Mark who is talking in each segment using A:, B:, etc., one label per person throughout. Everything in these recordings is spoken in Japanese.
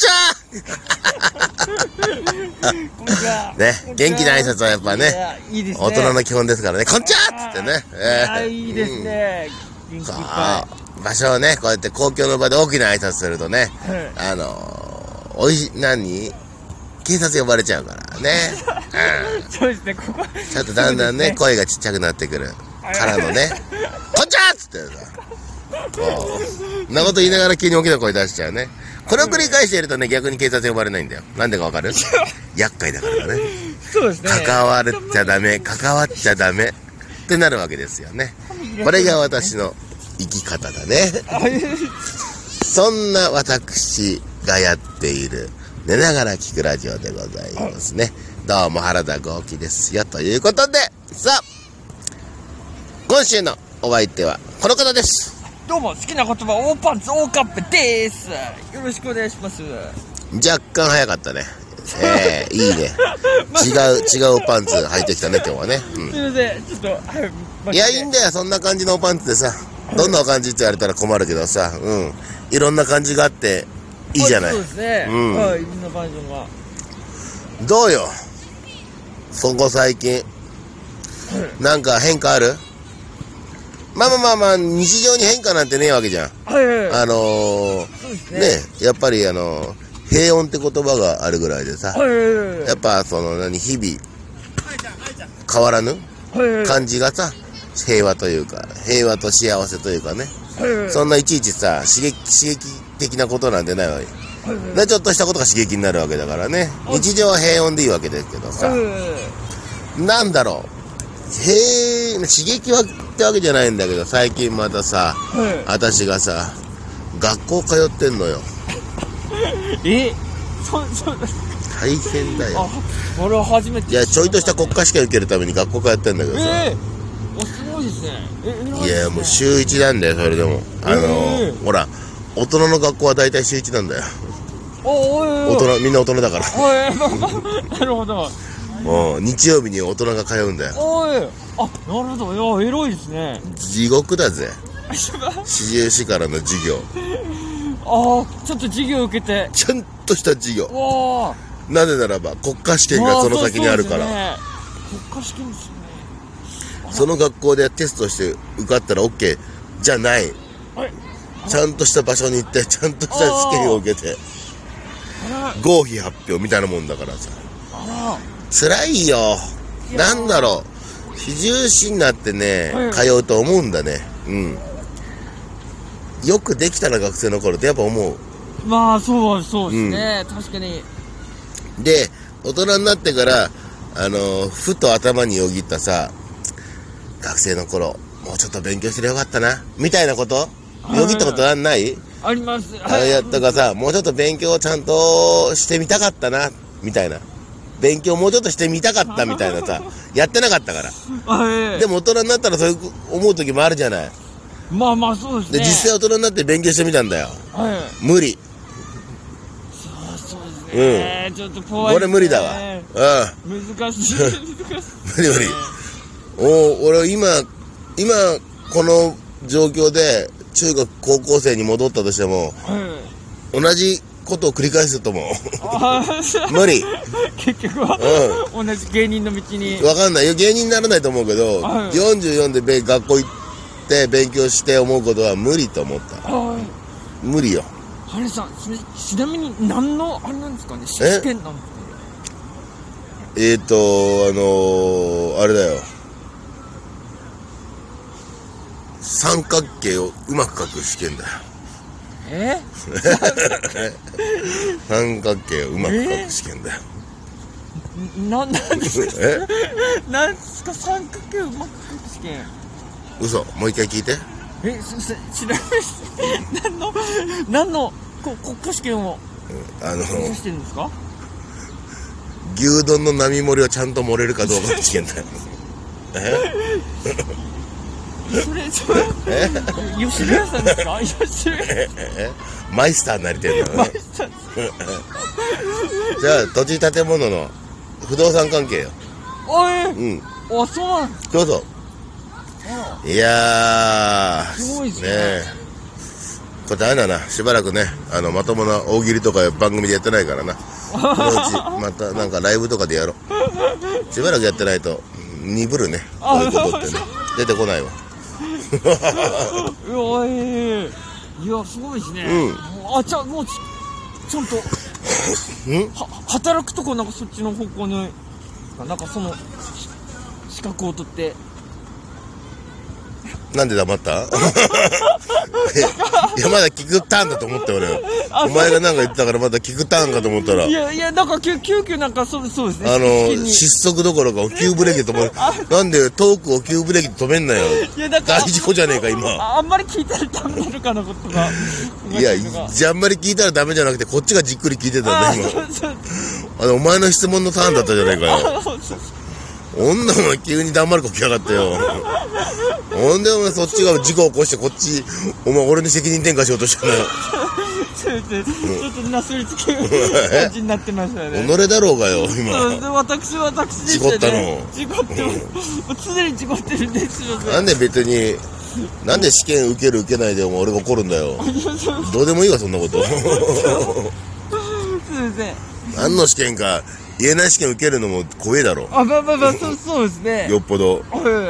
A: ちはね、元気な挨拶はやっぱね、
B: いいですね。
A: 大人の基本ですからね、こんちはっつってね。
B: いいですね。元気いっぱ
A: い。場所をね、こうやって公共の場で大きな挨拶するとね、警察呼ばれちゃうからね。
B: そうですね、ここ。
A: ちょっとだんだんね、声がちっちゃくなってくるからのね、こんちはっつってさ、そんなこと言いながら急に大きな声出しちゃうね。これを繰り返しているとね、逆に警察呼ばれないんだよ。なんでかわかる？厄介だからね。
B: そうですね。
A: 関わっちゃダメってなるわけですよね。これが私の生き方だね。そんな私がやっている寝ながら聞くラジオでございますね。どうも原田豪輝ですよ。ということで、さあ、今週のお相手はこの方です。
B: どうも、好きな言葉、大パンツ、大カップです。よろしくお願いします。
A: 若干早かったね。いいね。違うパンツ履いてきたね、今日はね。
B: すいません、ちょっと、
A: いや、いいんだよ、そんな感じのパンツでさ。どんな感じって言われたら困るけどさ、いろんな感じがあって、いいじゃない。
B: そうですね。はい、いろんなバージョンが。
A: どうよ、そこ最近。なんか変化ある？まあ、日常に変化なんてねえわけじゃん。
B: はいはい。
A: そうですね。やっぱり平穏って言葉があるぐらいでさ、やっぱ日々、変わらぬ感じがさ、平和というか、平和と幸せというかね、そんないちいちさ、刺激的なことなんてないわけ。で、ちょっとしたことが刺激になるわけだからね。日常は平穏でいいわけですけどさ、なんだろう。刺激はってわけじゃないんだけど、最近またさ、私がさ、学校通ってんのよ。
B: そう
A: 大変だよ。
B: 俺は初めて。
A: いや、ちょいとした国家試験受けるために学校通ってんだけどさ。
B: すごいですね。
A: いや、もう週1なんだよ、それでも。ほら、大人の学校は大体週1なんだよ。みんな大人だから。
B: なるほど。
A: 日曜日に大人が通うんだよ。
B: なるほど。いや、エロいですね。
A: 地獄だぜ。四十四からの授業。
B: ちょっと授業受けて。
A: ちゃんとした授業。なぜならば国家試験がその先にあるから。
B: 国家試験ですよね。
A: その学校でテストして受かったら OK じゃない。ちゃんとした場所に行ってちゃんとした試験を受けて合否発表みたいなもんだからさ。辛いよ。なんだろう、四十四になってね、通うと思うんだね。よくできたな、学生の頃ってやっぱ思う。
B: まあそうですね、確かに。
A: で、大人になってからふと頭によぎったさ、学生の頃もうちょっと勉強すればよかったなみたいなこと、よぎったことない？
B: あります。
A: とかさ、もうちょっと勉強をちゃんとしてみたかったなみたいな、勉強もうちょっとしてみたかったみたいなさ、やってなかったから。でも大人になったらそういう思う時もあるじゃない。
B: まあそうですね。
A: で、実際大人になって勉強してみたんだよ。無理。
B: そうですね。ちょっと怖い。
A: これ無理だわ。
B: 難しい。
A: 無理。俺今この状況で中学高校生に戻ったとしても、同じことを繰り返すと思う。無理。
B: 結局は、同じ芸人の道に。
A: わかんないよ、芸人にならないと思うけど、44で学校行って勉強して思うことは無理と思った。無理よ。
B: 原さん、ちなみに何のあれなんですかね、試験なんですか？
A: あれだよ、三角形をうまく描く試験だよ。三角形をうまく描く試験だよ。
B: なんですか？なんですか、三角形をうまく描く試験。
A: 嘘、もう一回聞いて。
B: すいません、知らないです。何の国家試験を目指してるんですか？
A: 牛丼の並盛りをちゃんと盛れるかどうかの試験だよ。
B: それ吉野家さんですか？吉野家
A: マイスターになりてるんだよね。じゃあ土地建物の不動産関係よ。
B: そうなんですか。
A: そう。いやー
B: すごいですね。
A: これ大変だな。しばらくね、まともな大喜利とか番組でやってないからな。このうち、またなんかライブとかでやろう。しばらくやってないと、鈍るね。こういうことってね。出てこないわ。
B: いや、すごいですね。もうちゃんと、働くとこなんかそっちの方向に、なんかその、資格を取って。
A: なんで黙ったいや、まだ聞くターンだと思ったよ、俺。お前がなんか言ってたからまだ聞くターンかと思ったら。
B: いや、なんか急遽なんかそうですね。
A: 失速どころか、お急ブレーキ止める。なんでトークを急ブレーキで止めんなよ。いや、なんか大事故じゃねえか、今。
B: あんまり聞いたらダメなのかな、ことが。
A: いや、あんまり聞いたらダメじゃなくて、こっちがじっくり聞いてたんだ、今。お前の質問のターンだったじゃないかよ。女も急に黙る子来やがってよ。ほんでお前そっちが事故起こしてこっち、お前俺に責任転嫁しようとしたんだよ。
B: ちょっとなすりつける感じになってましたよね。
A: 己だろうがよ、今。
B: 私ですよね。
A: 事故ったの。
B: 事故って常に事故ってるんですよ。
A: なんで別に、なんで試験受ける受けないでも俺が怒るんだよ。どうでもいいわ、そんなこと。
B: すいません。
A: 何の試験か。言えない試験受けるのも怖えだろ。
B: そうですね。
A: よっぽど。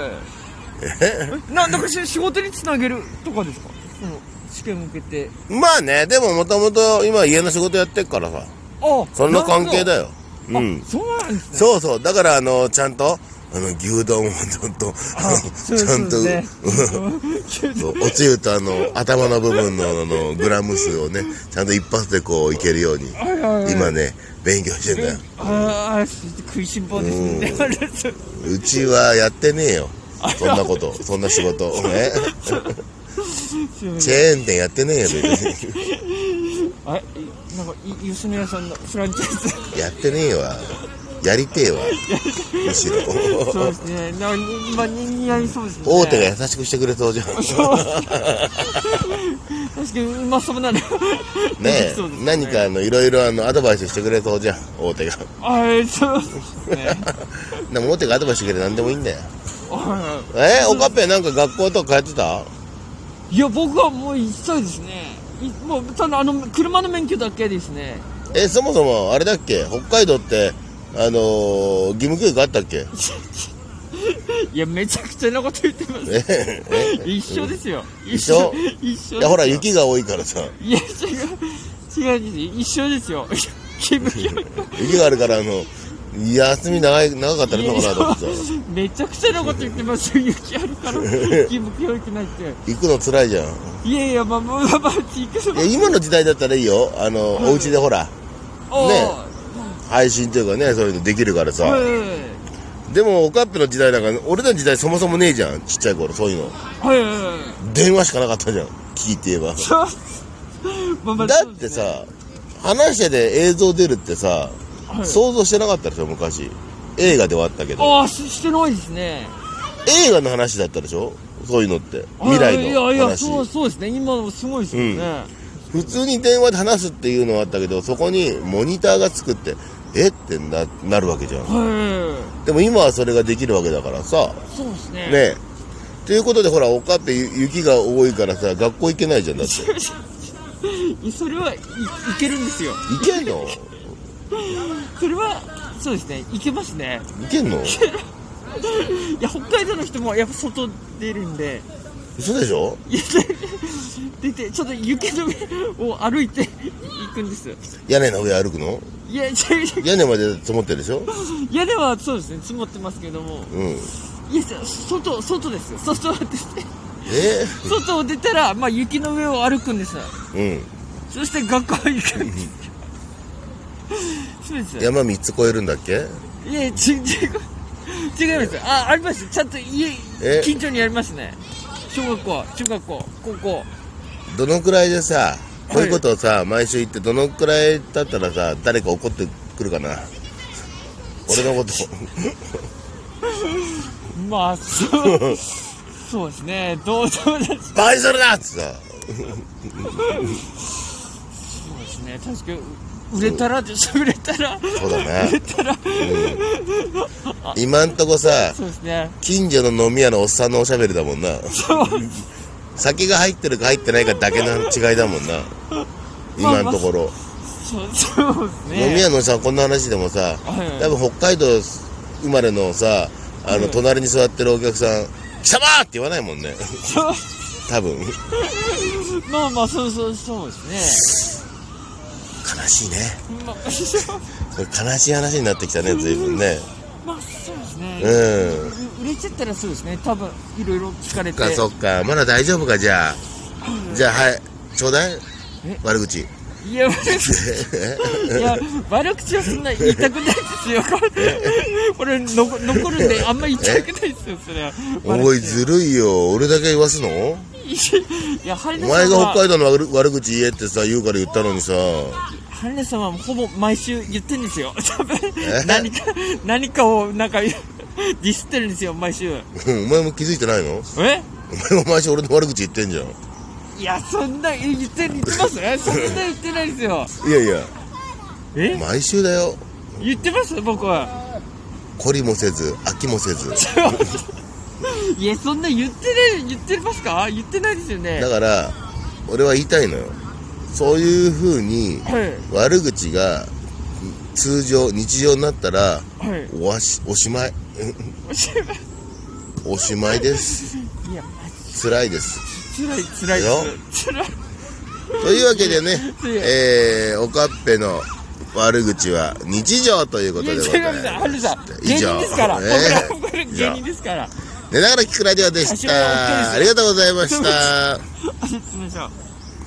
B: なんか仕事につなげるとかですか？その試験受けて。
A: まあね、でももともと今家の仕事やってっからさ。そんな関係だよ。
B: そうなんですね。
A: そう、だからちゃんと牛丼をちゃんとおつゆと頭の部分のグラム数をね、ちゃんと一発でこういけるように今ね勉強してんだよ。
B: 食いしん坊ですね。
A: うちはやってねえよ、そんなこと、そんな仕事ね。チェーン店やってねえよ別に。
B: なんか吉野家さんのフランチャイズ
A: やってねえわ。やりてえわ、むしろ。
B: そうですね。今似合いそうですね。
A: 大手が優しくしてくれそうじゃん。確
B: かにうまそうなの。ね
A: え、何かいろいろアドバイスしてくれそうじゃん、大手が。
B: そうですね。
A: でも大手がアドバイスしてくれなんでもいいんだよ。おかっぺなんか学校とか通ってた？
B: いや、僕はもう一切ですね。もうただ車の免許だけですね。
A: そもそもあれだっけ、北海道って義務教育あったっけ？
B: いや、めちゃくちゃなこと言ってます。一緒ですよ。
A: 一緒。いや、ほら雪が多いからさ。
B: いや、違うです。一緒ですよ。義務教育。
A: 雪があるから休み長かったらいいのかなと思ってさ。
B: めちゃくちゃなこと言ってますよ。雪あるから義務教育ないって。
A: 行くの辛いじゃん。
B: いや、まあ行くの。
A: 今の時代だったらいいよ。お家でほらね、配信というかね、そういうのできるからさ。でもおかっぺの時代なんか、俺らの時代そもそもねえじゃん、ちっちゃい頃そういうの。電話しかなかったじゃん、聞いて言えば。だってさ、話してて映像出るってさ、想像してなかったでしょ昔。映画ではあったけど。
B: してないですね。
A: 映画の話だったでしょ、そういうのって。未来の話。
B: いや、そうですね。今のすごいですよね。
A: 普通に電話で話すっていうのはあったけど、そこにモニターがつくってってなるわけじゃん。でも今はそれができるわけだからさ。
B: そうですね。
A: ねえ。ということでほら、おかって雪が多いからさ、学校行けないじゃん、だって。
B: それはいけるんですよ。
A: いけんの？
B: それはそうですね、いけますね。
A: いけんの？い
B: や、北海道の人もやっぱ外出るんで。
A: 嘘でしょ？
B: いや、出てちょっと雪の上を歩いて行くんですよ。
A: 屋根の上歩くの？
B: いや、
A: 屋根まで積もってるでしょ？
B: 屋根はそうですね、積もってますけども。いや、外ですよ。外はですね。外を出たら、まあ雪の上を歩くんですよ。そして学校行くんですよ。そうですよ。
A: 山3つ越えるんだっけ？
B: いや、違いますよ。あります。ちゃんと近所にありますね。小学校、中学校、高校。
A: どのくらいでさ、こういうことをさ、毎週言ってどのくらいだったらさ、誰か怒ってくるかな、俺のこと
B: まあそうですね、どうです
A: バカにするなっつってさ
B: そうですね、確かに売れたらそうだね、売れたら、
A: 今んとこさ、
B: そうですね、
A: 近所の飲み屋のおっさんのおしゃべりだもんな。 酒が入ってるか入ってないかだけの違いだもんな。今のところ。
B: そうですね。
A: 飲み屋のさ、こんな話でもさ、多分北海道生まれのさ、隣に座ってるお客さん、貴様って言わないもんね。多分。
B: まあまあ、そうですね。
A: 悲しいね。悲しい話になってきたね、随分ね。
B: まあ、そうですね。
A: うん。
B: 売れちゃったらそうですね。多分、いろいろ聞かれて。
A: そっか。まだ大丈夫か、じゃあ。じゃあ、はい。ちょうだい。悪口。
B: いや、悪口はそんな言いたくないですよ。これ、残るんで、あんま言いたくないですよ、それは。
A: おい、ずるいよ。俺だけ言わすの？
B: いや、
A: お前が北海道の悪口言えってさ、言うから言ったのにさ。
B: ハンネさんはほぼ毎週言ってるんですよ。何かをなんかディスってるんですよ、毎週。
A: お前も気づいてないの？お前も毎週俺の悪口言ってんじゃん。
B: いや、そんな言ってますね。そんな言ってないですよ。
A: いや毎週だよ。
B: 言ってます、僕は。
A: 懲りもせず飽きもせず。
B: いや、そんな言ってますか？言ってないですよね。
A: だから俺は言いたいのよ。そういう風に悪口が日常になったら、おしまい。おしまいです。いや、辛いです。
B: 辛いよ。
A: というわけでね、おかっぺの悪口は日常ということでございます。
B: 芸人ですから。僕ら芸人ですから。
A: 寝ながら聞くラジオでした。ありがとうございました。
B: ありがとうございました。